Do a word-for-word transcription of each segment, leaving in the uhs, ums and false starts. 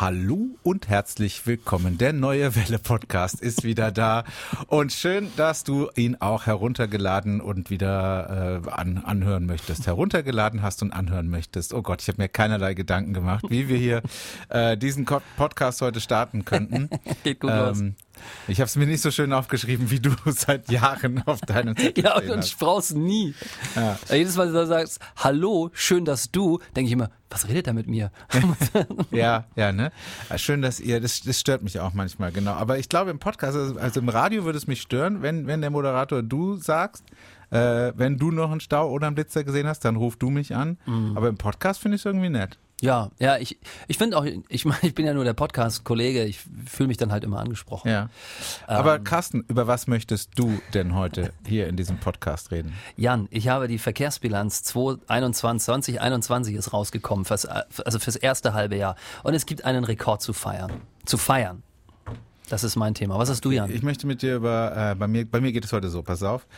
Hallo und herzlich willkommen. Der Neue Welle Podcast ist wieder da und schön, dass du ihn auch heruntergeladen und wieder äh, an, anhören möchtest. Heruntergeladen hast und anhören möchtest. Oh Gott, ich habe mir keinerlei Gedanken gemacht, wie wir hier äh, diesen Podcast heute starten könnten. Geht gut ähm, los. Ich habe es mir nicht so schön aufgeschrieben, wie du seit Jahren auf deinem Zettel Ja, und, und ich brauch's nie. Ja. Jedes Mal, wenn du sagst, hallo, schön, dass du, denke ich immer, was redet er mit mir? ja, ja, ne? Schön, dass ihr, das, das stört mich auch manchmal, genau. Aber ich glaube im Podcast, also im Radio würde es mich stören, wenn, wenn der Moderator du sagst, äh, wenn du noch einen Stau oder einen Blitzer gesehen hast, dann ruf du mich an. Mhm. Aber im Podcast finde ich es irgendwie nett. Ja, ja, ich, ich finde auch, ich meine, ich bin ja nur der Podcast-Kollege, ich fühle mich dann halt immer angesprochen. Ja. Aber ähm, Carsten, über was möchtest du denn heute hier in diesem Podcast reden? Jan, ich habe die Verkehrsbilanz zwanzig einundzwanzig ist rausgekommen, fürs, also fürs erste halbe Jahr. Und es gibt einen Rekord zu feiern. Zu feiern. Das ist mein Thema. Was hast du, Jan? Ich möchte mit dir über, äh, bei mir, bei mir geht es heute so, pass auf.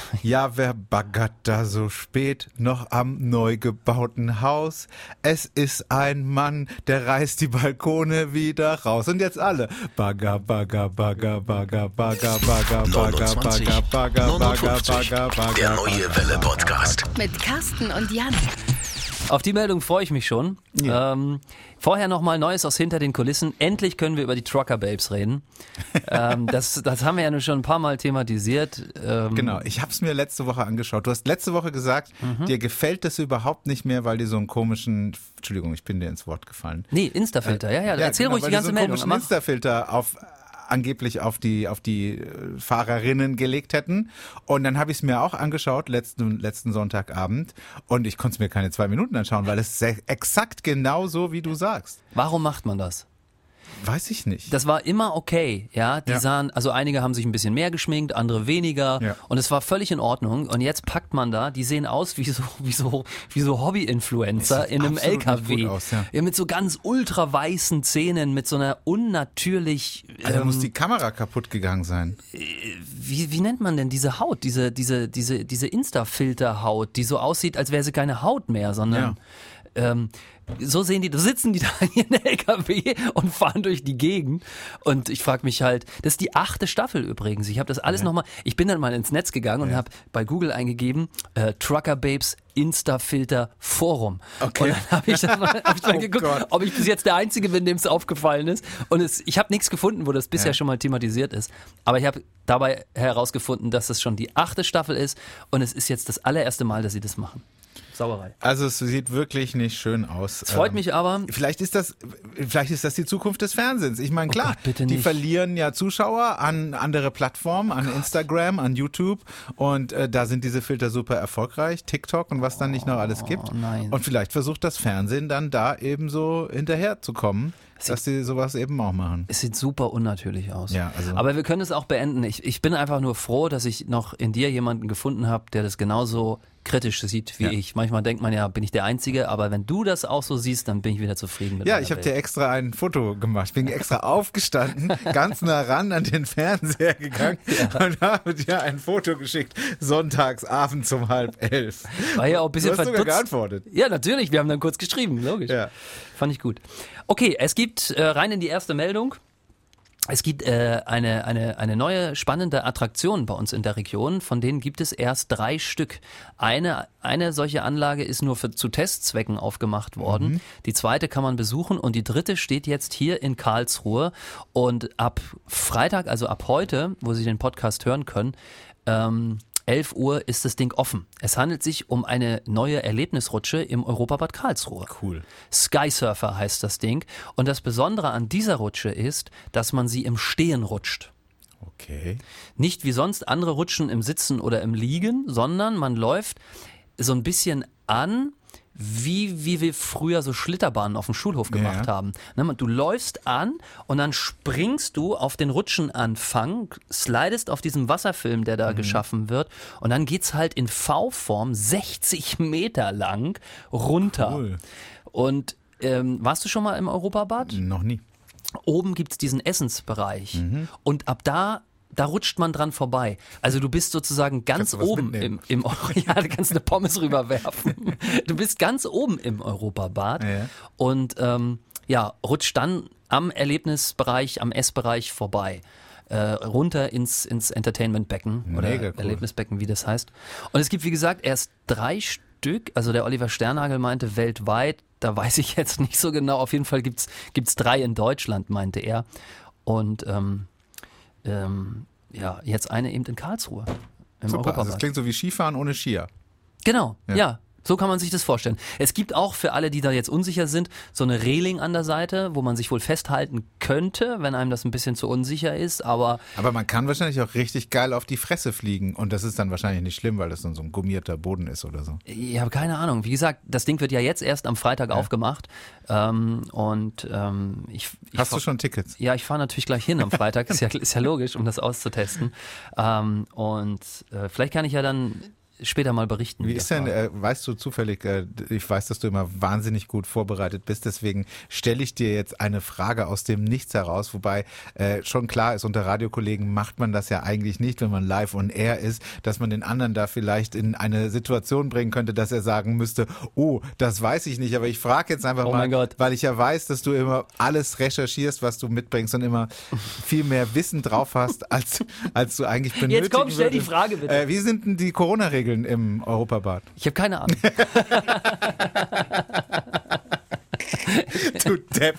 Ja, wer baggert da so spät noch am neu gebauten Haus? Es ist ein Mann, der reißt die Balkone wieder raus. Und jetzt alle. Bagger, bagger, bagger, bagger, bagger, bagger, bagger, bagger, bagger, bagger, bagger, bagger. Der Neue Welle Podcast. Mit Carsten und Jan. Auf die Meldung freue ich mich schon. Ja. Ähm, vorher nochmal Neues aus hinter den Kulissen. Endlich können wir über die Trucker Babes reden. ähm, das, das haben wir ja nun schon ein paar Mal thematisiert. Ähm, genau, ich habe es mir letzte Woche angeschaut. Du hast letzte Woche gesagt, mhm. dir gefällt das überhaupt nicht mehr, weil die so einen komischen, Entschuldigung, ich bin dir ins Wort gefallen. Nee, Insta-Filter, ja, ja, ja erzähl genau, ruhig die ganze die so einen Meldung. komischen Insta-Filter auf angeblich auf die auf die Fahrerinnen gelegt hätten. Und dann habe ich es mir auch angeschaut, letzten, letzten Sonntagabend. Und ich konnte es mir keine zwei Minuten anschauen, weil es exakt genau so, wie du sagst. Warum macht man das? Weiß ich nicht. Das war immer okay, ja. Die ja. sahen, also einige haben sich ein bisschen mehr geschminkt, andere weniger. Ja. Und es war völlig in Ordnung. Und jetzt packt man da, die sehen aus wie so, wie so, wie so Hobby-Influencer in einem L K W. Aus, ja. Ja, mit so ganz ultra weißen Zähnen, mit so einer unnatürlich. Also ähm, muss die Kamera kaputt gegangen sein. Wie, wie nennt man denn diese Haut? Diese, diese, diese, diese Insta-Filter-Haut, die so aussieht, als wäre sie keine Haut mehr, sondern. Ja. Ähm, So sehen die, da sitzen die da in ihren L K W und fahren durch die Gegend. Und ich frage mich halt, das ist die achte Staffel übrigens. Ich habe das alles ja. nochmal, ich bin dann mal ins Netz gegangen und ja. habe bei Google eingegeben, äh, Trucker Babes Insta-Filter Forum. Okay. Und dann habe ich dann mal, hab ich mal oh geguckt, Gott. ob ich bis jetzt der Einzige bin, dem es aufgefallen ist. Und es, ich habe nichts gefunden, wo das bisher ja. schon mal thematisiert ist. Aber ich habe dabei herausgefunden, dass es schon die achte Staffel ist und es ist jetzt das allererste Mal, dass sie das machen. Sauerei. Also es sieht wirklich nicht schön aus. Es freut ähm, mich aber. Vielleicht ist das, vielleicht ist das die Zukunft des Fernsehens. Ich meine, klar, oh Gott, bitte nicht. Die verlieren ja Zuschauer an andere Plattformen, an oh Instagram, an YouTube und äh, da sind diese Filter super erfolgreich, TikTok und was dann nicht noch alles gibt. Oh, nein. Und vielleicht versucht das Fernsehen dann da eben so hinterherzukommen. Dass sie sowas eben auch machen. Es sieht super unnatürlich aus. Ja, also. Aber wir können es auch beenden. Ich, ich bin einfach nur froh, dass ich noch in dir jemanden gefunden habe, der das genauso kritisch sieht wie ja. ich. Manchmal denkt man ja, bin ich der Einzige, aber wenn du das auch so siehst, dann bin ich wieder zufrieden mit Ja, ich habe dir extra ein Foto gemacht. Ich bin extra aufgestanden, ganz nah ran an den Fernseher gegangen ja. und habe dir ein Foto geschickt, sonntags abends um halb elf. War ja auch ein bisschen du hast verdutzt. sogar geantwortet. Ja, natürlich, wir haben dann kurz geschrieben, logisch. Ja. Fand ich gut. Okay, es gibt äh, rein in die erste Meldung. Es gibt äh, eine, eine, eine neue spannende Attraktion bei uns in der Region, von denen gibt es erst drei Stück. Eine, eine solche Anlage ist nur für, zu Testzwecken aufgemacht worden. Mhm. Die zweite kann man besuchen und die dritte steht jetzt hier in Karlsruhe. Und ab Freitag, also ab heute, wo Sie den Podcast hören können, ähm, elf Uhr ist das Ding offen. Es handelt sich um eine neue Erlebnisrutsche im Europabad Karlsruhe. Cool. Skysurfer heißt das Ding. Und das Besondere an dieser Rutsche ist, dass man sie im Stehen rutscht. Okay. Nicht wie sonst andere Rutschen im Sitzen oder im Liegen, sondern man läuft so ein bisschen an, wie, wie wir früher so Schlitterbahnen auf dem Schulhof gemacht ja. haben. Du läufst an und dann springst du auf den Rutschenanfang, slidest auf diesem Wasserfilm, der da mhm. geschaffen wird und dann geht's halt in V-Form sechzig Meter lang runter. Cool. Und ähm, warst du schon mal im Europabad? Noch nie. Oben gibt's diesen Essensbereich mhm. und ab da Da rutscht man dran vorbei. Also du bist sozusagen ganz oben im, im ja, du kannst eine Pommes rüberwerfen. Du bist ganz oben im Europabad. Ja. Und ähm, ja, rutscht dann am Erlebnisbereich, am Essbereich vorbei. Äh, runter ins, ins Entertainment-Becken oder Mega cool. Erlebnisbecken, wie das heißt. Und es gibt, wie gesagt, erst drei Stück. Also der Oliver Sternhagel meinte weltweit, da weiß ich jetzt nicht so genau. Auf jeden Fall gibt's gibt's drei in Deutschland, meinte er. Und ähm, ähm, ja, jetzt eine eben in Karlsruhe. Im Super, also Europapark. das klingt so wie Skifahren ohne Skier. Genau, Ja. ja. So kann man sich das vorstellen. Es gibt auch für alle, die da jetzt unsicher sind, so eine Reling an der Seite, wo man sich wohl festhalten könnte, wenn einem das ein bisschen zu unsicher ist, aber Aber man kann wahrscheinlich auch richtig geil auf die Fresse fliegen und das ist dann wahrscheinlich nicht schlimm, weil das dann so ein gummierter Boden ist oder so. ich habe keine Ahnung. Wie gesagt, das Ding wird ja jetzt erst am Freitag Ja. aufgemacht ähm, und ähm, ich, ich Hast fahr- du schon Tickets? Ja, ich fahre natürlich gleich hin am Freitag, ist ja, ist ja logisch, um das auszutesten. Ähm, und äh, vielleicht kann ich ja dann später mal berichten. Wie das ist denn, war. äh, weißt du zufällig, äh, ich weiß, dass du immer wahnsinnig gut vorbereitet bist, deswegen stelle ich dir jetzt eine Frage aus dem Nichts heraus, wobei äh, schon klar ist, unter Radiokollegen macht man das ja eigentlich nicht, wenn man live on air ist, dass man den anderen da vielleicht in eine Situation bringen könnte, dass er sagen müsste, oh, das weiß ich nicht, aber ich frage jetzt einfach Oh mal, mein Gott. weil ich ja weiß, dass du immer alles recherchierst, was du mitbringst und immer viel mehr Wissen drauf hast, als, als du eigentlich benötigen Jetzt komm, stell die würdest. Frage bitte. Äh, wie sind denn die Corona-Regeln im Europabad? Ich habe keine Ahnung. Du Depp.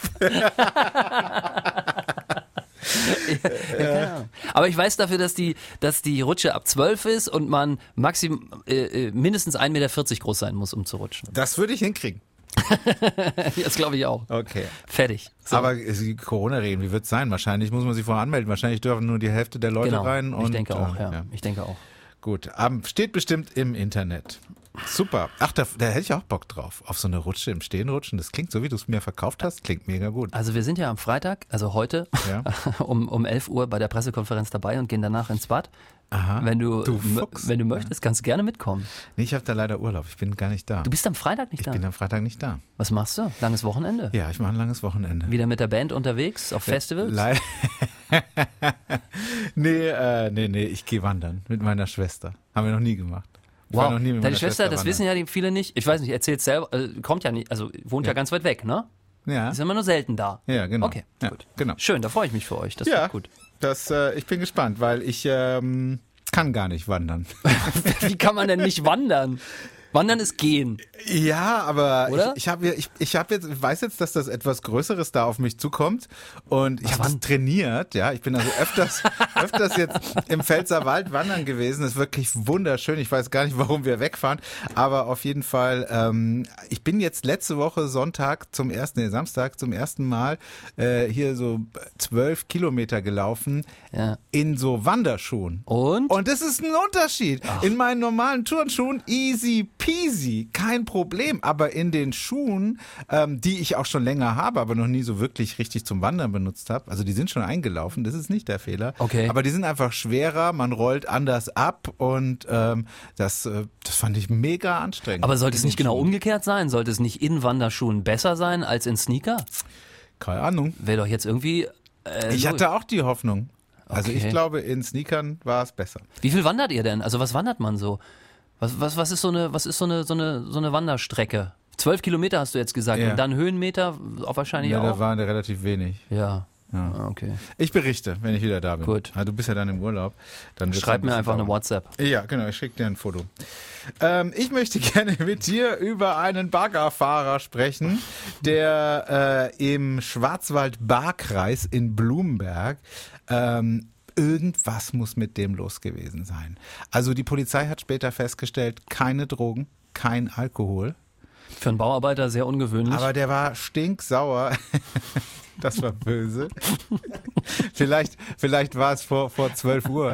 Ja, keine Ahnung. Aber ich weiß dafür, dass die, dass die Rutsche ab zwölf ist und man maxim, äh, äh, mindestens ein Meter vierzig groß sein muss, um zu rutschen. Das würde ich hinkriegen. Das glaube ich auch. Okay. Fertig. So. Aber die Corona-Regeln, wie wird es sein? Wahrscheinlich muss man sich vorher anmelden. Wahrscheinlich dürfen nur die Hälfte der Leute genau. rein. Und, ich denke auch, äh, ja. Ich denke auch. Gut, ähm, steht bestimmt im Internet. Super. Ach, da, da hätte ich auch Bock drauf. Auf so eine Rutsche im Stehen rutschen. Das klingt, so wie du es mir verkauft hast, klingt mega gut. Also wir sind ja am Freitag, also heute, Ja. um, um elf Uhr bei der Pressekonferenz dabei und gehen danach ins Bad. Aha. Wenn du, Du m- Fuchs. wenn du möchtest, kannst du gerne mitkommen. Nee, ich habe da leider Urlaub. Ich bin gar nicht da. Du bist am Freitag nicht Ich da. bin am Freitag nicht da. Was machst du? Langes Wochenende? Ja, ich mache ein langes Wochenende. Wieder mit der Band unterwegs auf Festivals? Le nee, äh, nee, nee, ich gehe wandern mit meiner Schwester. Haben wir noch nie gemacht. Ich war Wow, noch nie mit deine meiner Schwester, das wandern. wissen ja die viele nicht. Ich weiß nicht, erzählt selber, äh, kommt ja nicht, also wohnt ja, Ja. ganz weit weg, ne? Ja, Ist immer nur selten da. ja, genau. Okay, ja, gut. Genau. Schön, da freue ich mich für euch. Das Ja, wird gut. Das, äh, ich bin gespannt, weil ich ähm, kann gar nicht wandern. Wie kann man denn nicht wandern? Wandern ist gehen. Ja, aber Oder? ich, ich habe ich, ich hab jetzt, ich weiß jetzt, dass das etwas Größeres da auf mich zukommt und ich Was, habe das wann? trainiert. Ja, ich bin also öfters, öfters jetzt im Pfälzerwald wandern gewesen. Das ist wirklich wunderschön. Ich weiß gar nicht, warum wir wegfahren, aber auf jeden Fall. Ähm, ich bin jetzt letzte Woche Sonntag zum ersten, nee, Samstag zum ersten Mal äh, hier so zwölf Kilometer gelaufen Ja. in so Wanderschuhen. Und? Und das ist ein Unterschied. In meinen normalen Turnschuhen easy peasy, kein Problem. Aber in den Schuhen, ähm, die ich auch schon länger habe, aber noch nie so wirklich richtig zum Wandern benutzt habe, also die sind schon eingelaufen, das ist nicht der Fehler. Okay. Aber die sind einfach schwerer, man rollt anders ab und ähm, das, äh, das fand ich mega anstrengend. Aber sollte es In nicht den genau Schuhen. umgekehrt sein? Sollte es nicht in Wanderschuhen besser sein als in Sneaker? Keine Ahnung. Wäre doch jetzt irgendwie... Äh, Ich hatte auch die Hoffnung. Also Okay. ich glaube, in Sneakern war es besser. Wie viel wandert ihr denn? Also was wandert man so? Was, was, was ist so eine, was ist so eine, so eine, so eine Wanderstrecke? Zwölf Kilometer hast du jetzt gesagt Ja. und dann Höhenmeter auch wahrscheinlich Ja, da auch. waren da relativ wenig. Ja. Ja. Ah, okay. Ich berichte, wenn ich wieder da bin. Gut. Ah, du bist ja dann im Urlaub. Dann wird's Schreib ein mir bisschen einfach eine dauern. WhatsApp. Ja, genau, ich schicke dir ein Foto. Ähm, ich möchte gerne mit dir über einen Baggerfahrer sprechen, der äh, im Schwarzwald-Baar-Kreis in Blumberg ähm, irgendwas muss mit dem los gewesen sein. Also die Polizei hat später festgestellt, keine Drogen, kein Alkohol. Für einen Bauarbeiter sehr ungewöhnlich. Aber der war stinksauer. Das war böse. vielleicht, vielleicht war es vor, vor zwölf Uhr.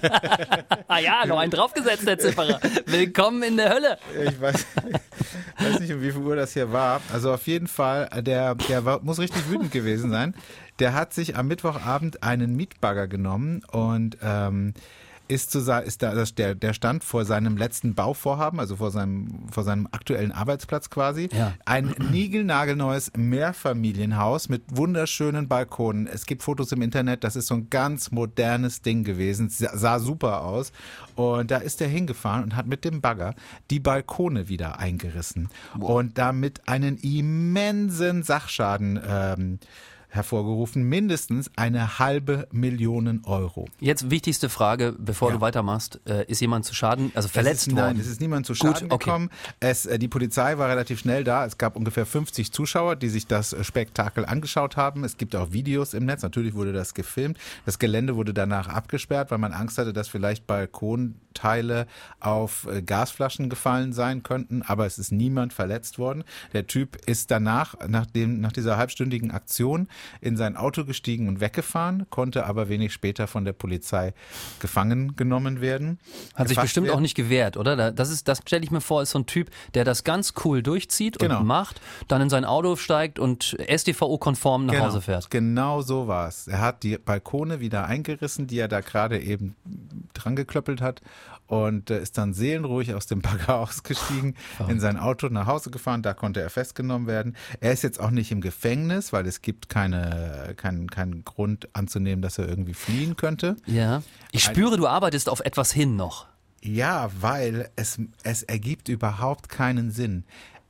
ah ja, noch einen draufgesetzt, der Zifferer. Willkommen in der Hölle. Ich weiß, weiß nicht, um wie viel Uhr das hier war. Also auf jeden Fall, der, der war, muss richtig wütend gewesen sein. Der hat sich am Mittwochabend einen Mietbagger genommen und ähm, ist, zu, ist da, der, der stand vor seinem letzten Bauvorhaben, also vor seinem, vor seinem aktuellen Arbeitsplatz quasi. Ja. Ein niegelnagelneues Mehrfamilienhaus mit wunderschönen Balkonen. Es gibt Fotos im Internet, das ist so ein ganz modernes Ding gewesen. Es sah super aus. Und da ist er hingefahren und hat mit dem Bagger die Balkone wieder eingerissen. Wow. Und damit einen immensen Sachschaden ähm, hervorgerufen, mindestens eine halbe Million Euro. Jetzt wichtigste Frage, bevor ja. du weitermachst, äh, ist jemand zu Schaden, also verletzt es ist, worden? Nein, es ist niemand zu Schaden Gut, okay. gekommen. Es, äh, die Polizei war relativ schnell da. Es gab ungefähr fünfzig Zuschauer, die sich das Spektakel angeschaut haben. Es gibt auch Videos im Netz, natürlich wurde das gefilmt. Das Gelände wurde danach abgesperrt, weil man Angst hatte, dass vielleicht Balkonteile auf äh, Gasflaschen gefallen sein könnten, aber es ist niemand verletzt worden. Der Typ ist danach, nach, dem, nach dieser halbstündigen Aktion, in sein Auto gestiegen und weggefahren, konnte aber wenig später von der Polizei gefangen genommen werden. Hat sich bestimmt werden. auch nicht gewehrt, oder? Das ist, das stelle ich mir vor, ist so ein Typ, der das ganz cool durchzieht genau. und macht, dann in sein Auto steigt und S D V O-konform nach genau. Hause fährt. Genau so war es. Er hat die Balkone wieder eingerissen, die er da gerade eben dran geklöppelt hat und ist dann seelenruhig aus dem Bagger ausgestiegen, oh. in sein Auto nach Hause gefahren, da konnte er festgenommen werden. Er ist jetzt auch nicht im Gefängnis, weil es gibt keine, keinen kein Grund anzunehmen, dass er irgendwie fliehen könnte. Ja, ich spüre, du arbeitest auf etwas hin noch. Ja, weil es, es ergibt überhaupt keinen Sinn.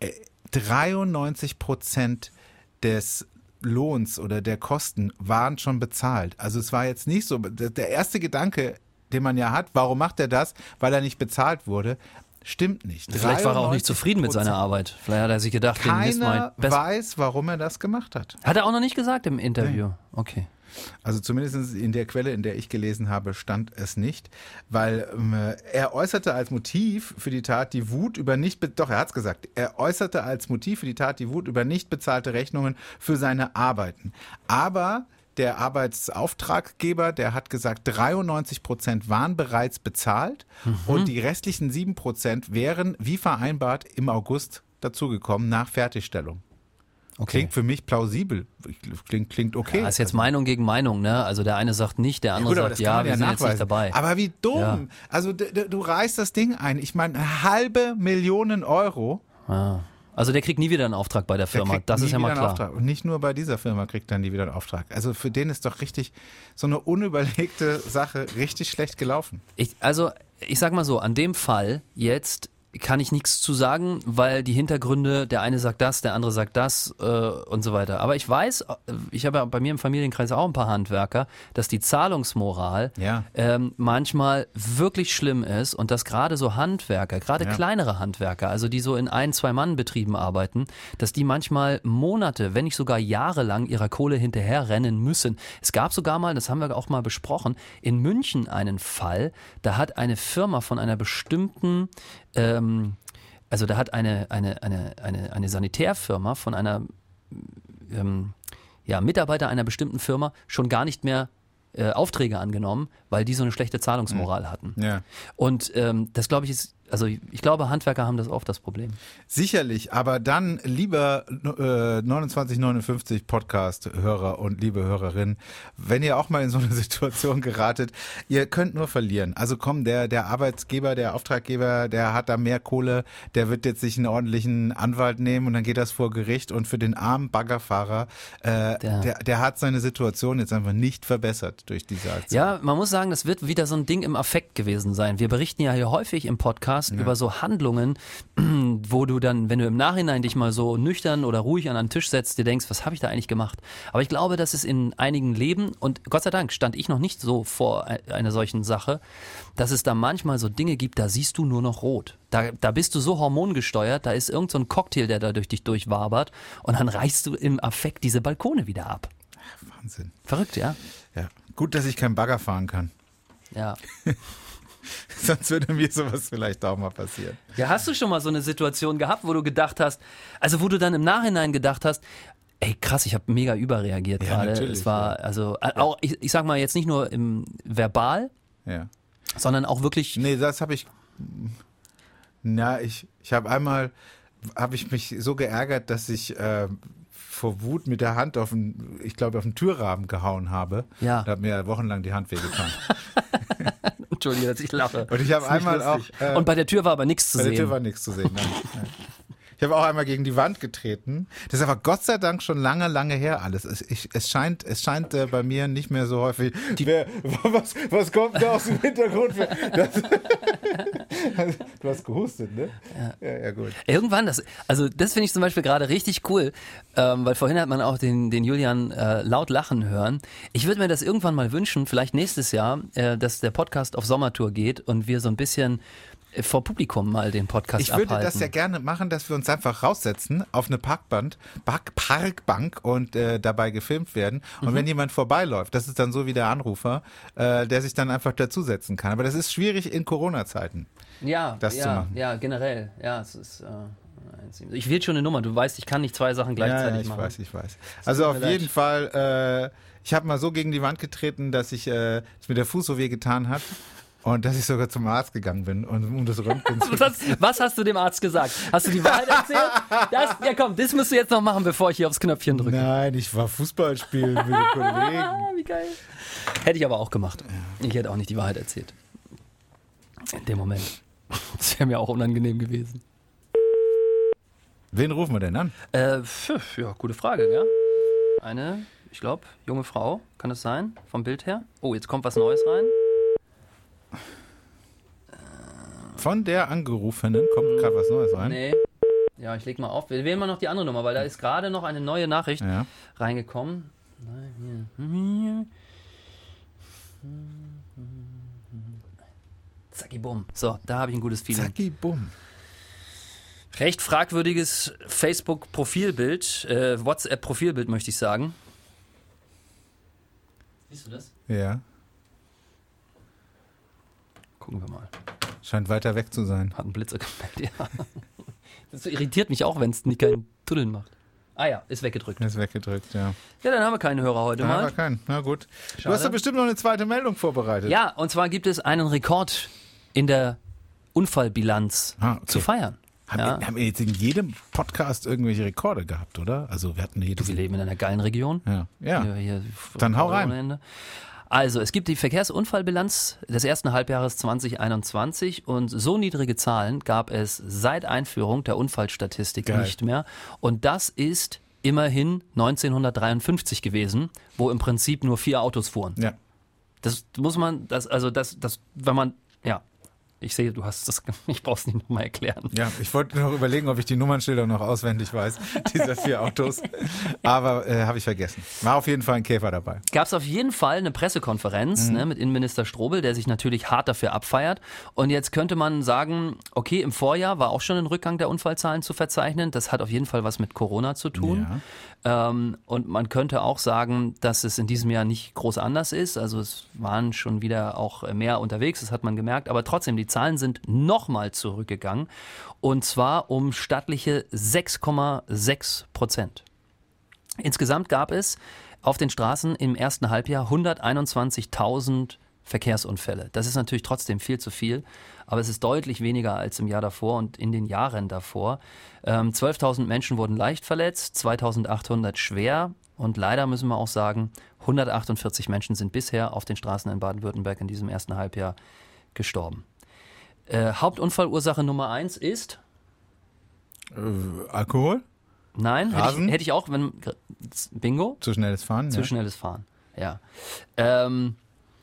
dreiundneunzig Prozent des Lohns oder der Kosten waren schon bezahlt. Also es war jetzt nicht so, der erste Gedanke, den man ja hat, warum macht er das? Weil er nicht bezahlt wurde. Stimmt nicht. Vielleicht war er auch nicht zufrieden mit seiner Arbeit. Vielleicht hat er sich gedacht, keiner den ist mal besser. weiß, warum er das gemacht hat. Hat er auch noch nicht gesagt im Interview? Nee. Okay. Also zumindest in der Quelle, in der ich gelesen habe, stand es nicht, weil ähm, er äußerte als Motiv für die Tat die Wut über nicht, be- doch er hat's gesagt, er äußerte als Motiv für die Tat die Wut über nicht bezahlte Rechnungen für seine Arbeiten. Aber der Arbeitsauftraggeber, der hat gesagt, dreiundneunzig Prozent waren bereits bezahlt mhm. und die restlichen sieben Prozent wären, wie vereinbart, im August dazugekommen nach Fertigstellung. Okay. Klingt für mich plausibel. Klingt, klingt okay. Ja, ist jetzt also, Meinung gegen Meinung, ne? Also der eine sagt nicht, der andere ja, gut, sagt ja, wir ja sind nachweisen. Jetzt nicht dabei. Aber wie dumm. Ja. Also d- d- du reißt das Ding ein. Ich meine, eine halbe Million Euro. Ja. Also der kriegt nie wieder einen Auftrag bei der Firma, der das ist ja mal klar. Auftrag. Und nicht nur bei dieser Firma kriegt er nie wieder einen Auftrag. Also für den ist doch richtig so eine unüberlegte Sache richtig schlecht gelaufen. Ich, also ich sag mal so, an dem Fall jetzt kann ich nichts zu sagen, weil die Hintergründe, der eine sagt das, der andere sagt das äh, und so weiter. Aber ich weiß, ich habe ja bei mir im Familienkreis auch ein paar Handwerker, dass die Zahlungsmoral ja. ähm, manchmal wirklich schlimm ist und dass gerade so Handwerker, gerade ja. kleinere Handwerker, also die so in ein-, zwei-Mann-Betrieben arbeiten, dass die manchmal Monate, wenn nicht sogar jahrelang ihrer Kohle hinterherrennen müssen. Es gab sogar mal, das haben wir auch mal besprochen, in München einen Fall, da hat eine Firma von einer bestimmten Ähm, also da hat eine, eine, eine, eine, eine Sanitärfirma von einer ähm, ja, Mitarbeiter einer bestimmten Firma schon gar nicht mehr äh, Aufträge angenommen, weil die so eine schlechte Zahlungsmoral hatten. Ja. Und ähm, das glaube ich ist, also ich glaube Handwerker haben das oft das Problem. Sicherlich, aber dann lieber äh, neunundzwanzig neunundfünfzig Podcast-Hörer und liebe Hörerinnen, wenn ihr auch mal in so eine Situation geratet, ihr könnt nur verlieren. Also komm, der, der Arbeitsgeber, der Auftraggeber, der hat da mehr Kohle, der wird jetzt sich einen ordentlichen Anwalt nehmen und dann geht das vor Gericht und für den armen Baggerfahrer, äh, der, der, der hat seine Situation jetzt einfach nicht verbessert durch diese Aktion. Ja, man muss sagen, das wird wieder so ein Ding im Affekt gewesen sein. Wir berichten ja hier häufig im Podcast Ja. über so Handlungen, wo du dann, wenn du im Nachhinein dich mal so nüchtern oder ruhig an einen Tisch setzt, dir denkst, was habe ich da eigentlich gemacht? Aber ich glaube, dass es in einigen Leben, und Gott sei Dank stand ich noch nicht so vor einer solchen Sache, dass es da manchmal so Dinge gibt, da siehst du nur noch rot. Da, da bist du so hormongesteuert, da ist irgend so ein Cocktail, der da durch dich durchwabert und dann reißt du im Affekt diese Balkone wieder ab. Wahnsinn. Verrückt, ja? Ja. Gut, dass ich keinen Bagger fahren kann. Ja. Sonst würde mir sowas vielleicht auch mal passieren. Ja, hast du schon mal so eine Situation gehabt, wo du gedacht hast, also wo du dann im Nachhinein gedacht hast, ey krass, ich habe mega überreagiert ja, gerade. Es war ja. also ja. auch, ich, ich sag mal jetzt nicht nur im Verbal, ja. sondern auch wirklich. Nee, das habe ich. Na, ich, ich habe einmal, habe ich mich so geärgert, dass ich äh, vor Wut mit der Hand auf den, ich glaube auf den Türrahmen gehauen habe. Ja. Da hat mir wochenlang die Hand wehgetan. Entschuldigung, dass ich lache. Und ich habe einmal auch... Äh, und bei der Tür war aber nichts zu bei sehen. Bei der Tür war nichts zu sehen, nein. nein. Ich habe auch einmal gegen die Wand getreten. Das ist aber Gott sei Dank schon lange, lange her alles. Es, ich, es scheint, es scheint äh, bei mir nicht mehr so häufig. Die Wer, was, was kommt da aus dem Hintergrund? Das, du hast gehustet, ne? Ja, ja, ja gut. Irgendwann, das, also das finde ich zum Beispiel gerade richtig cool, ähm, weil vorhin hat man auch den, den Julian äh, laut lachen hören. Ich würde mir das irgendwann mal wünschen, vielleicht nächstes Jahr, äh, dass der Podcast auf Sommertour geht und wir so ein bisschen vor Publikum mal den Podcast ich würde abhalten. Das ja gerne machen, dass wir uns einfach raussetzen auf eine Parkband, Park, Parkbank und äh, dabei gefilmt werden. Und mhm. wenn jemand vorbeiläuft, das ist dann so wie der Anrufer, äh, der sich dann einfach dazusetzen kann. Aber das ist schwierig in Corona-Zeiten, ja, das ja, zu machen. Ja, generell. Ja, es ist... Äh Ich wähle schon eine Nummer. Du weißt, ich kann nicht zwei Sachen gleichzeitig ja, ich machen. Ich weiß, ich weiß. Also auf jeden leid. Fall, äh, ich habe mal so gegen die Wand getreten, dass ich äh, dass mir der Fuß so weh getan hat. Und dass ich sogar zum Arzt gegangen bin, und, um das Röntgen zu... Was, was hast du dem Arzt gesagt? Hast du die Wahrheit erzählt? Das, ja komm, das musst du jetzt noch machen, bevor ich hier aufs Knöpfchen drücke. Nein, ich war Fußball spielen mit den Kollegen. Wie geil. Hätte ich aber auch gemacht. Ich hätte auch nicht die Wahrheit erzählt. In dem Moment. Das wäre mir auch unangenehm gewesen. Wen rufen wir denn an? Äh, ja, gute Frage, ja. Eine, ich glaube, junge Frau, kann es sein, vom Bild her? Oh, jetzt kommt was Neues rein. Von der Angerufenen kommt gerade was Neues rein. Nee. Ja, ich leg mal auf. Wir wählen mal noch die andere Nummer, weil da ist gerade noch eine neue Nachricht ja. reingekommen. Zacki bumm. So, da habe ich ein gutes Feeling. Zacki bumm. Recht fragwürdiges Facebook-Profilbild, äh, WhatsApp-Profilbild möchte ich sagen. Siehst du das? Ja. Gucken wir mal. Scheint weiter weg zu sein. Hat einen Blitzer gemeldet, ja. Das irritiert mich auch, wenn es nicht keinen Tuddeln macht. Ah ja, ist weggedrückt. Ist weggedrückt, ja. Ja, dann haben wir keinen Hörer heute dann mal. Haben wir keinen, na gut. Schade. Du hast ja bestimmt noch eine zweite Meldung vorbereitet. Ja, und zwar gibt es einen Rekord in der Unfallbilanz ah, okay. zu feiern. Haben, ja. wir, haben wir jetzt in jedem Podcast irgendwelche Rekorde gehabt, oder? Also wir hatten jedes... Wir leben in einer geilen Region. Ja, ja. Hier, hier dann hau rein. Also, es gibt die Verkehrsunfallbilanz des ersten Halbjahres zwanzig einundzwanzig und so niedrige Zahlen gab es seit Einführung der Unfallstatistik Geil. nicht mehr. Und das ist immerhin neunzehnhundertdreiundfünfzig gewesen, wo im Prinzip nur vier Autos fuhren. Ja. Das muss man, das, also das, das, wenn man, ja. Ich sehe, du hast das, ich brauch's nicht nochmal erklären. Ja, ich wollte noch überlegen, ob ich die Nummernschilder noch auswendig weiß, dieser vier Autos. Aber äh, habe ich vergessen. War auf jeden Fall ein Käfer dabei. Gab es auf jeden Fall eine Pressekonferenz mhm. ne, mit Innenminister Strobel, der sich natürlich hart dafür abfeiert. Und jetzt könnte man sagen, okay, im Vorjahr war auch schon ein Rückgang der Unfallzahlen zu verzeichnen. Das hat auf jeden Fall was mit Corona zu tun. Ja. Ähm, und man könnte auch sagen, dass es in diesem Jahr nicht groß anders ist. Also es waren schon wieder auch mehr unterwegs, das hat man gemerkt. Aber trotzdem, die Zahlen sind nochmal zurückgegangen. Und zwar um stattliche sechs Komma sechs Prozent. Insgesamt gab es auf den Straßen im ersten Halbjahr hunderteinundzwanzigtausend Verkehrsunfälle. Das ist natürlich trotzdem viel zu viel, aber es ist deutlich weniger als im Jahr davor und in den Jahren davor. Ähm, zwölftausend Menschen wurden leicht verletzt, zweitausendachthundert schwer und leider müssen wir auch sagen, hundertachtundvierzig Menschen sind bisher auf den Straßen in Baden-Württemberg in diesem ersten Halbjahr gestorben. Äh, Hauptunfallursache Nummer eins ist? Äh, Alkohol? Nein, hätte ich, hätte ich auch, wenn Bingo? Zu schnelles Fahren. Zu ja. schnelles Fahren, ja. Ähm,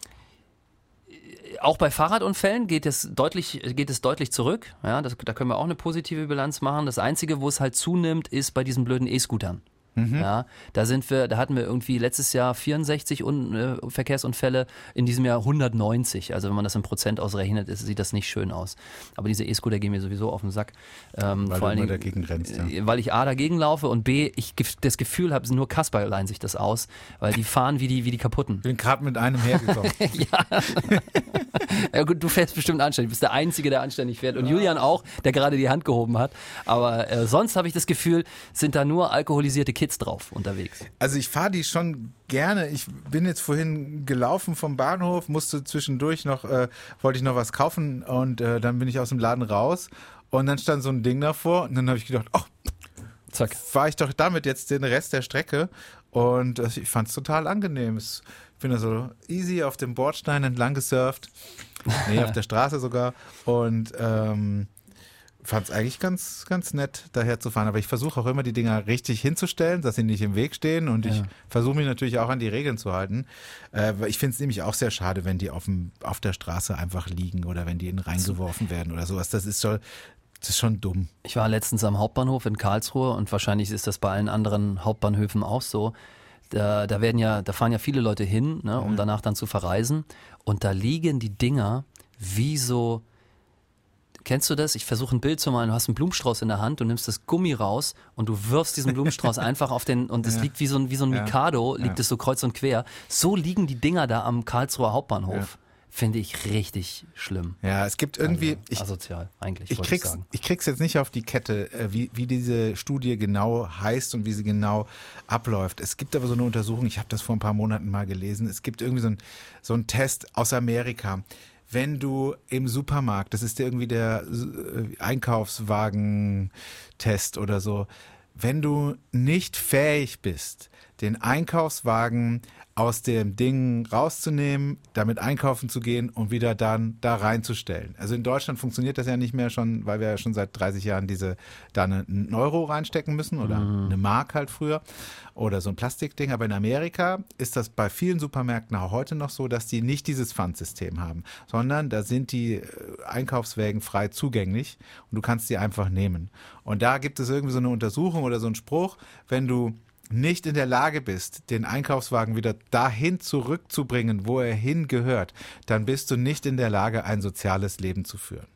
Auch bei Fahrradunfällen geht es deutlich, geht es deutlich zurück. Ja, das, da können wir auch eine positive Bilanz machen. Das Einzige, wo es halt zunimmt, ist bei diesen blöden E-Scootern. Mhm. Ja, da sind wir, da hatten wir irgendwie letztes Jahr vierundsechzig Un, äh, Verkehrsunfälle, in diesem Jahr hundertneunzig. Also wenn man das in Prozent ausrechnet, ist, sieht das nicht schön aus. Aber diese E-Scooter gehen mir sowieso auf den Sack. Ähm, weil vor du allen immer Dingen, dagegen rennst, ja. Weil ich A, dagegen laufe und B, ich das Gefühl habe, nur Kasper leihen sich das aus, weil die fahren wie die, wie die Kaputten. Ich bin gerade mit einem hergekommen. Ja. Ja gut, du fährst bestimmt anständig. Du bist der Einzige, der anständig fährt. Und ja. Julian auch, der gerade die Hand gehoben hat. Aber äh, sonst habe ich das Gefühl, sind da nur alkoholisierte Kids drauf unterwegs. Also ich fahre die schon gerne. Ich bin jetzt vorhin gelaufen vom Bahnhof, musste zwischendurch noch, äh, wollte ich noch was kaufen und äh, dann bin ich aus dem Laden raus und dann stand so ein Ding davor und dann habe ich gedacht, oh, zack, fahre ich doch damit jetzt den Rest der Strecke und äh, ich fand es total angenehm. Es, ich bin da so easy auf dem Bordstein entlang gesurft Nee, auf der Straße sogar. Und ähm, fand es eigentlich ganz, ganz nett, daher zu fahren. Aber ich versuche auch immer, die Dinger richtig hinzustellen, dass sie nicht im Weg stehen. Und ja. ich versuche mich natürlich auch an die Regeln zu halten. Äh, ich finde es nämlich auch sehr schade, wenn die auf, dem, auf der Straße einfach liegen oder wenn die in reingeworfen werden oder sowas. Das ist schon, das ist schon dumm. Ich war letztens am Hauptbahnhof in Karlsruhe und wahrscheinlich ist das bei allen anderen Hauptbahnhöfen auch so. Da, da werden ja, da fahren ja viele Leute hin, ne, um mhm. danach dann zu verreisen. Und da liegen die Dinger wie so. Kennst du das? Ich versuche ein Bild zu malen, du hast einen Blumenstrauß in der Hand, du nimmst das Gummi raus und du wirfst diesen Blumenstrauß einfach auf den, und es ja. liegt wie so ein, wie so ein ja. Mikado, liegt ja. es so kreuz und quer. So liegen die Dinger da am Karlsruher Hauptbahnhof. Ja. Finde ich richtig schlimm. Ja, es gibt irgendwie... Also, ich, asozial, eigentlich, ich krieg's, ich sagen. Ich krieg's jetzt nicht auf die Kette, wie, wie diese Studie genau heißt und wie sie genau abläuft. Es gibt aber so eine Untersuchung, ich habe das vor ein paar Monaten mal gelesen, es gibt irgendwie so ein, so ein Test aus Amerika. Wenn du im Supermarkt, das ist irgendwie der Einkaufswagen-Test oder so, wenn du nicht fähig bist, den Einkaufswagen aus dem Ding rauszunehmen, damit einkaufen zu gehen und wieder dann da reinzustellen. Also in Deutschland funktioniert das ja nicht mehr schon, weil wir ja schon seit dreißig Jahren diese da einen Euro reinstecken müssen oder mhm. eine Mark halt früher oder so ein Plastikding. Aber in Amerika ist das bei vielen Supermärkten auch heute noch so, dass die nicht dieses Pfandsystem haben, sondern da sind die Einkaufswägen frei zugänglich und du kannst die einfach nehmen. Und da gibt es irgendwie so eine Untersuchung oder so einen Spruch, wenn du nicht in der Lage bist, den Einkaufswagen wieder dahin zurückzubringen, wo er hingehört, dann bist du nicht in der Lage, ein soziales Leben zu führen.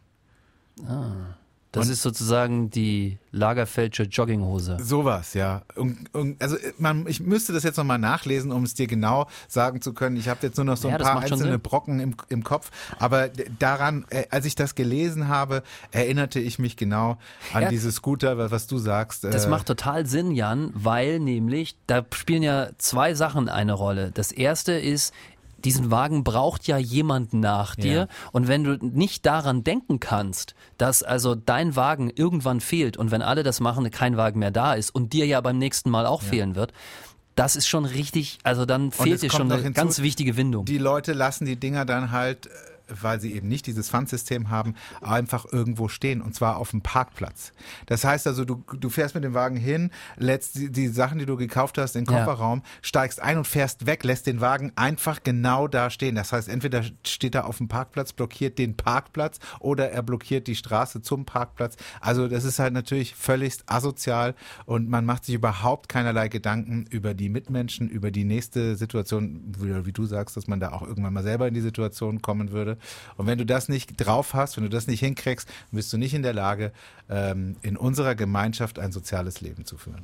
Ah, das und ist sozusagen die Lagerfeldsche Jogginghose. Sowas, ja. Und, und, also man, ich müsste das jetzt nochmal nachlesen, um es dir genau sagen zu können. Ich habe jetzt nur noch so ein ja, paar einzelne Brocken im, im Kopf. Aber daran, als ich das gelesen habe, erinnerte ich mich genau an ja, diese Scooter, was du sagst. Das äh, macht total Sinn, Jan, weil nämlich, da spielen ja zwei Sachen eine Rolle. Das erste ist, diesen Wagen braucht ja jemand nach dir. Ja. Und wenn du nicht daran denken kannst, dass also dein Wagen irgendwann fehlt und wenn alle das machen, kein Wagen mehr da ist und dir ja beim nächsten Mal auch ja. fehlen wird, das ist schon richtig, also dann fehlt dir schon eine hinzu, ganz wichtige Windung. Die Leute lassen die Dinger dann halt, weil sie eben nicht dieses Pfandsystem haben, einfach irgendwo stehen und zwar auf dem Parkplatz. Das heißt also, du, du fährst mit dem Wagen hin, lässt die, die Sachen, die du gekauft hast, in den Kofferraum, ja. steigst ein und fährst weg, lässt den Wagen einfach genau da stehen. Das heißt, entweder steht er auf dem Parkplatz, blockiert den Parkplatz oder er blockiert die Straße zum Parkplatz. Also das ist halt natürlich völlig asozial und man macht sich überhaupt keinerlei Gedanken über die Mitmenschen, über die nächste Situation, wie, wie du sagst, dass man da auch irgendwann mal selber in die Situation kommen würde. Und wenn du das nicht drauf hast, wenn du das nicht hinkriegst, bist du nicht in der Lage, ähm, in unserer Gemeinschaft ein soziales Leben zu führen.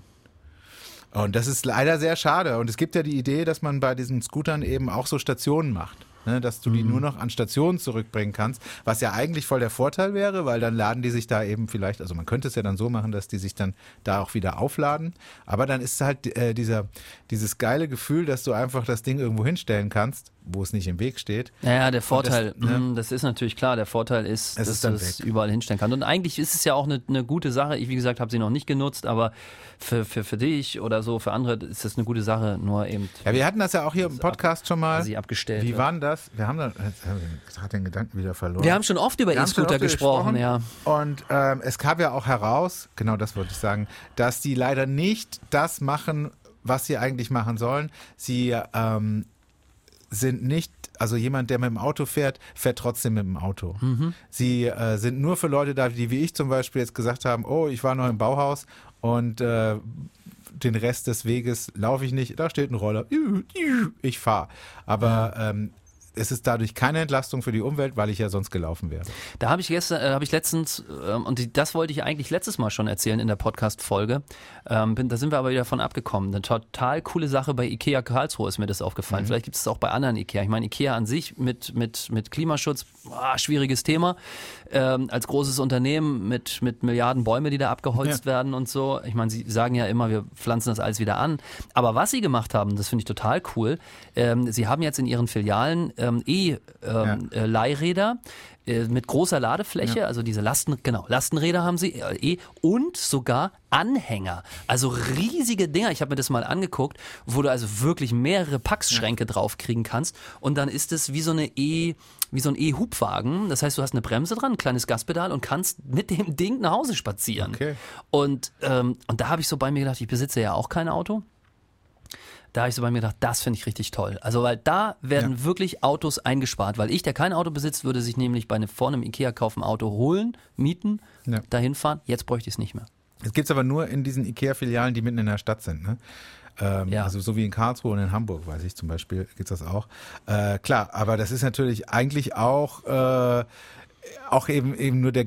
Und das ist leider sehr schade. Und es gibt ja die Idee, dass man bei diesen Scootern eben auch so Stationen macht. Ne, dass du die mhm. nur noch an Stationen zurückbringen kannst, was ja eigentlich voll der Vorteil wäre, weil dann laden die sich da eben vielleicht, also man könnte es ja dann so machen, dass die sich dann da auch wieder aufladen, aber dann ist halt äh, dieser, dieses geile Gefühl, dass du einfach das Ding irgendwo hinstellen kannst, wo es nicht im Weg steht. Ja, der Vorteil, das, ne? das ist natürlich klar, der Vorteil ist, es dass du es überall hinstellen kannst. Und eigentlich ist es ja auch eine, eine gute Sache, ich wie gesagt habe sie noch nicht genutzt, aber für, für, für dich oder so, für andere ist das eine gute Sache, nur eben. Ja, wir hatten das ja auch hier im Podcast ab, schon mal. Sie abgestellt Wie war denn das? Wir haben da, jetzt hat den Gedanken wieder verloren. Wir haben schon oft über E-Scooter gesprochen, gesprochen, ja. Und ähm, es kam ja auch heraus, genau das wollte ich sagen, dass die leider nicht das machen, was sie eigentlich machen sollen. Sie ähm, sind nicht, also jemand, der mit dem Auto fährt, fährt trotzdem mit dem Auto. Mhm. Sie äh, sind nur für Leute da, die wie ich zum Beispiel jetzt gesagt haben, oh, ich war noch im Bauhaus und äh, den Rest des Weges laufe ich nicht, da steht ein Roller, ich fahre. Aber ähm, es ist dadurch keine Entlastung für die Umwelt, weil ich ja sonst gelaufen wäre. Da habe ich gestern, äh, habe ich letztens, ähm, und die, das wollte ich eigentlich letztes Mal schon erzählen in der Podcast-Folge, ähm, bin, da sind wir aber wieder von abgekommen. Eine total coole Sache bei Ikea Karlsruhe ist mir das aufgefallen. Mhm. Vielleicht gibt es das auch bei anderen Ikea. Ich meine, Ikea an sich mit, mit, mit Klimaschutz, boah, schwieriges Thema. Ähm, als großes Unternehmen mit, mit Milliarden Bäume, die da abgeholzt ja. werden und so. Ich meine, sie sagen ja immer, wir pflanzen das alles wieder an. Aber was sie gemacht haben, das finde ich total cool, ähm, sie haben jetzt in ihren Filialen äh, ähm, E-Leihräder ähm, äh, mit großer Ladefläche, Ja. also diese Lasten, genau, Lastenräder haben sie, äh, E und sogar Anhänger, also riesige Dinger. Ich habe mir das mal angeguckt, wo du also wirklich mehrere Packschränke ja. drauf kriegen kannst und dann ist es wie so eine E, wie so ein E-Hubwagen. Das heißt, du hast eine Bremse dran, ein kleines Gaspedal und kannst mit dem Ding nach Hause spazieren. Okay. Und ähm, und da habe ich so bei mir gedacht, ich besitze ja auch kein Auto. Da habe ich so bei mir gedacht, das finde ich richtig toll. Also weil da werden ja. wirklich Autos eingespart. Weil ich, der kein Auto besitzt, würde sich nämlich bei einem, vor einem Ikea-Kauf ein Auto holen, mieten, ja. dahin fahren. Jetzt bräuchte ich es nicht mehr. Das gibt es aber nur in diesen Ikea-Filialen, die mitten in der Stadt sind, ne? Ähm, ja. Also so wie in Karlsruhe und in Hamburg, weiß ich zum Beispiel, gibt es das auch. Äh, klar, aber das ist natürlich eigentlich auch... Äh, Auch eben eben nur der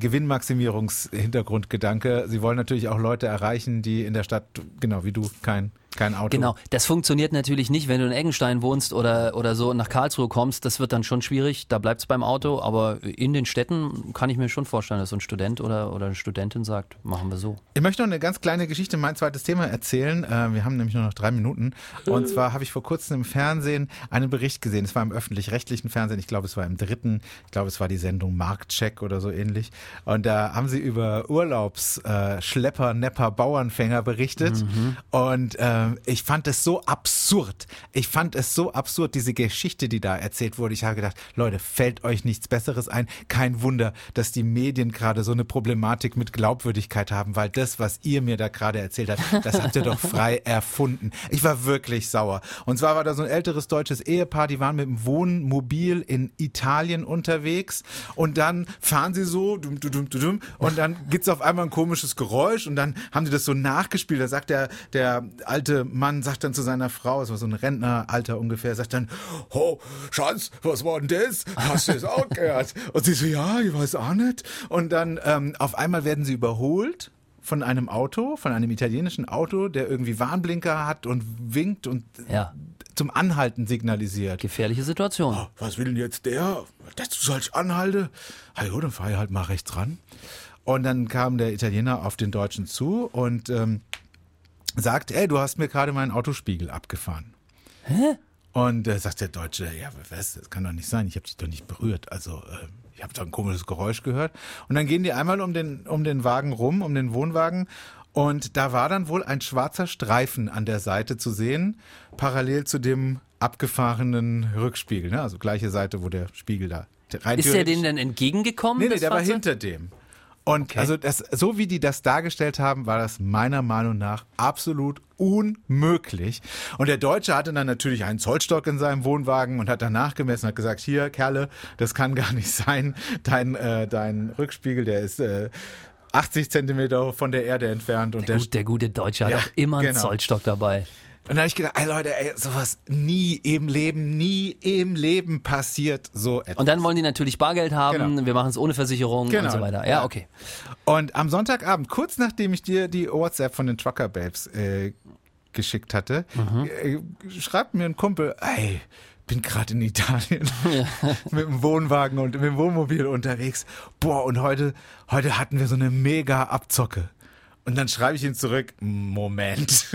Gewinnmaximierungshintergrundgedanke. Sie wollen natürlich auch Leute erreichen, die in der Stadt, genau wie du, kein, kein Auto. Genau, das funktioniert natürlich nicht, wenn du in Eggenstein wohnst oder, oder so und nach Karlsruhe kommst. Das wird dann schon schwierig, da bleibt es beim Auto. Aber in den Städten kann ich mir schon vorstellen, dass so ein Student oder, oder eine Studentin sagt, machen wir so. Ich möchte noch eine ganz kleine Geschichte, mein zweites Thema erzählen. Wir haben nämlich nur noch drei Minuten. Und zwar habe ich vor kurzem im Fernsehen einen Bericht gesehen. Es war im öffentlich-rechtlichen Fernsehen. Ich glaube, es war im dritten. Ich glaube, es war die Sendung Marktcheck oder so ähnlich. Und da haben sie über Urlaubsschlepper, Nepper, Bauernfänger berichtet. Mhm. Und äh, ich fand es so absurd. Ich fand es so absurd, diese Geschichte, die da erzählt wurde. Ich habe gedacht, Leute, fällt euch nichts Besseres ein? Kein Wunder, dass die Medien gerade so eine Problematik mit Glaubwürdigkeit haben, weil das, was ihr mir da gerade erzählt habt, das habt ihr doch frei erfunden. Ich war wirklich sauer. Und zwar war da so ein älteres deutsches Ehepaar, die waren mit dem Wohnmobil in Italien unterwegs und dann fahren sie so dum, dum, dum, dum, und dann gibt's auf einmal ein komisches Geräusch und dann haben die das so nachgespielt. Da sagt der, der alte Mann, sagt dann zu seiner Frau, es war so ein Rentneralter ungefähr, sagt dann, oh, Schatz, was war denn das? Hast du das auch gehört? Und sie so, ja, ich weiß auch nicht. Und dann ähm, auf einmal werden sie überholt von einem Auto, von einem italienischen Auto, der irgendwie Warnblinker hat und winkt und ja. zum Anhalten signalisiert. Gefährliche Situation. Oh, was will denn jetzt der? Dass du sollst anhalte? Ah jo, dann fahr ich halt mal rechts ran. Und dann kam der Italiener auf den Deutschen zu und ähm, sagt, ey, du hast mir gerade meinen Autospiegel abgefahren. Hä? Und äh, sagt der Deutsche, ja, was, das kann doch nicht sein, ich habe dich doch nicht berührt. Also äh, ich habe da ein komisches Geräusch gehört. Und dann gehen die einmal um den, um den Wagen rum, um den Wohnwagen. Und da war dann wohl ein schwarzer Streifen an der Seite zu sehen, parallel zu dem abgefahrenen Rückspiegel. Ne? Also gleiche Seite, wo der Spiegel da rein. Ist der denen denn entgegengekommen? Nee, nee, der war hinter dem. Und okay. also das, so wie die das dargestellt haben, war das meiner Meinung nach absolut unmöglich. Und der Deutsche hatte dann natürlich einen Zollstock in seinem Wohnwagen und hat dann nachgemessen und hat gesagt, hier, Kerle, das kann gar nicht sein. Dein, äh, dein Rückspiegel, der ist äh, achtzig Zentimeter von der Erde entfernt. Und der, der, gut, der gute Deutsche hat ja, auch immer einen genau. Zollstock dabei. Und dann habe ich gedacht, ey Leute, ey, sowas nie im Leben, nie im Leben passiert so etwas. Und dann wollen die natürlich Bargeld haben, genau. wir machen es ohne Versicherung genau. und so weiter. Ja, okay. Und am Sonntagabend, kurz nachdem ich dir die WhatsApp von den Trucker Babes äh, geschickt hatte, mhm. äh, schreibt mir ein Kumpel, ey, bin gerade in Italien ja. mit dem Wohnwagen und mit dem Wohnmobil unterwegs. Boah, und heute, heute hatten wir so eine mega Abzocke. Und dann schreibe ich ihm zurück, Moment,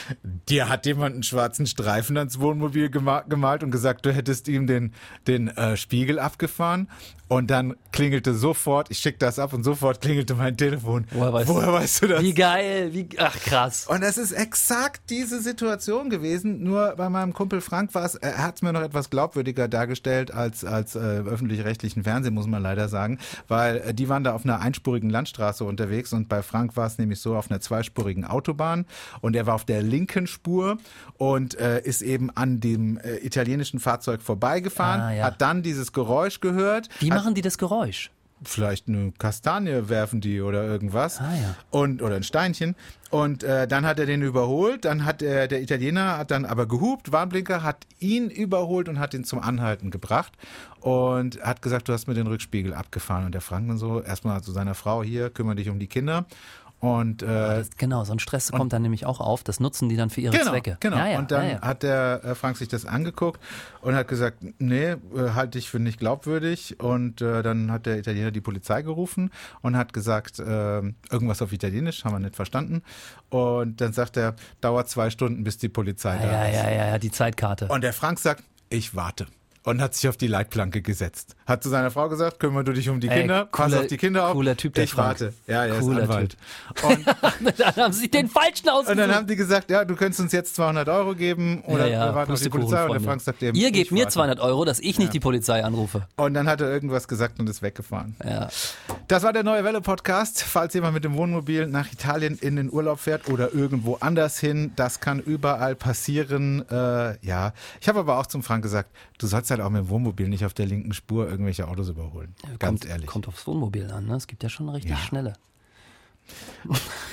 dir hat jemand einen schwarzen Streifen ans Wohnmobil gemalt und gesagt, du hättest ihm den, den äh, Spiegel abgefahren. Und dann klingelte sofort, ich schicke das ab und sofort klingelte mein Telefon. Woher weißt, Woher weißt du das? Wie geil, wie, ach krass. Und es ist exakt diese Situation gewesen, nur bei meinem Kumpel Frank war es, er hat es mir noch etwas glaubwürdiger dargestellt als, als äh, öffentlich-rechtlichen Fernsehen, muss man leider sagen, weil äh, die waren da auf einer einspurigen Landstraße unterwegs und bei Frank war es nämlich so auf einer zweispurigen Autobahn und er war auf der linken Spur und äh, ist eben an dem äh, italienischen Fahrzeug vorbeigefahren, ah, ja. hat dann dieses Geräusch gehört. Wie machen die das Geräusch? Vielleicht eine Kastanie werfen die oder irgendwas. Ah, ja. Und, oder ein Steinchen. Und äh, dann hat er den überholt. Dann hat der, der Italiener hat dann aber gehupt, Warnblinker, hat ihn überholt und hat ihn zum Anhalten gebracht. Und hat gesagt, du hast mir den Rückspiegel abgefahren. Und der Frank dann so, erstmal zu seiner Frau, hier, kümmere dich um die Kinder. Und, äh, das, genau, so ein Stress kommt und, dann nämlich auch auf. Das nutzen die dann für ihre genau, Zwecke. Genau, ja, ja, und dann ja, ja. hat der äh, Frank sich das angeguckt und hat gesagt, nee, äh, halte ich für nicht glaubwürdig. Und äh, dann hat der Italiener die Polizei gerufen und hat gesagt, äh, irgendwas auf Italienisch, haben wir nicht verstanden. Und dann sagt er, dauert zwei Stunden, bis die Polizei ja, da ja, ist. Ja, ja, ja, die Zeitkarte. Und der Frank sagt, ich warte. und hat sich auf die Leitplanke gesetzt. Hat zu seiner Frau gesagt, kümmere du dich um die Ey, Kinder, cooler, pass auf die Kinder auf. Cooler Typ, der ich Frank. warte. Ja, er cooler ist Anwalt. Typ. Und dann haben sie den falschen ausgesucht. Und dann haben die gesagt, ja, du könntest uns jetzt zweihundert Euro geben oder ja, ja, wir warten auf die Polizei. Und der Frank sagt, ihr ich gebt mir warte. zweihundert Euro, dass ich nicht Ja. die Polizei anrufe. Und dann hat er irgendwas gesagt und ist weggefahren. Ja. Das war der Neue Welle Podcast. Falls jemand mit dem Wohnmobil nach Italien in den Urlaub fährt oder irgendwo anders hin, das kann überall passieren. Äh, ja, ich habe aber auch zum Frank gesagt, du sollst halt auch mit dem Wohnmobil nicht auf der linken Spur irgendwelche Autos überholen. Ja, Ganz kommt, ehrlich. Kommt aufs Wohnmobil an, ne? Es gibt ja schon richtig Ja. schnelle.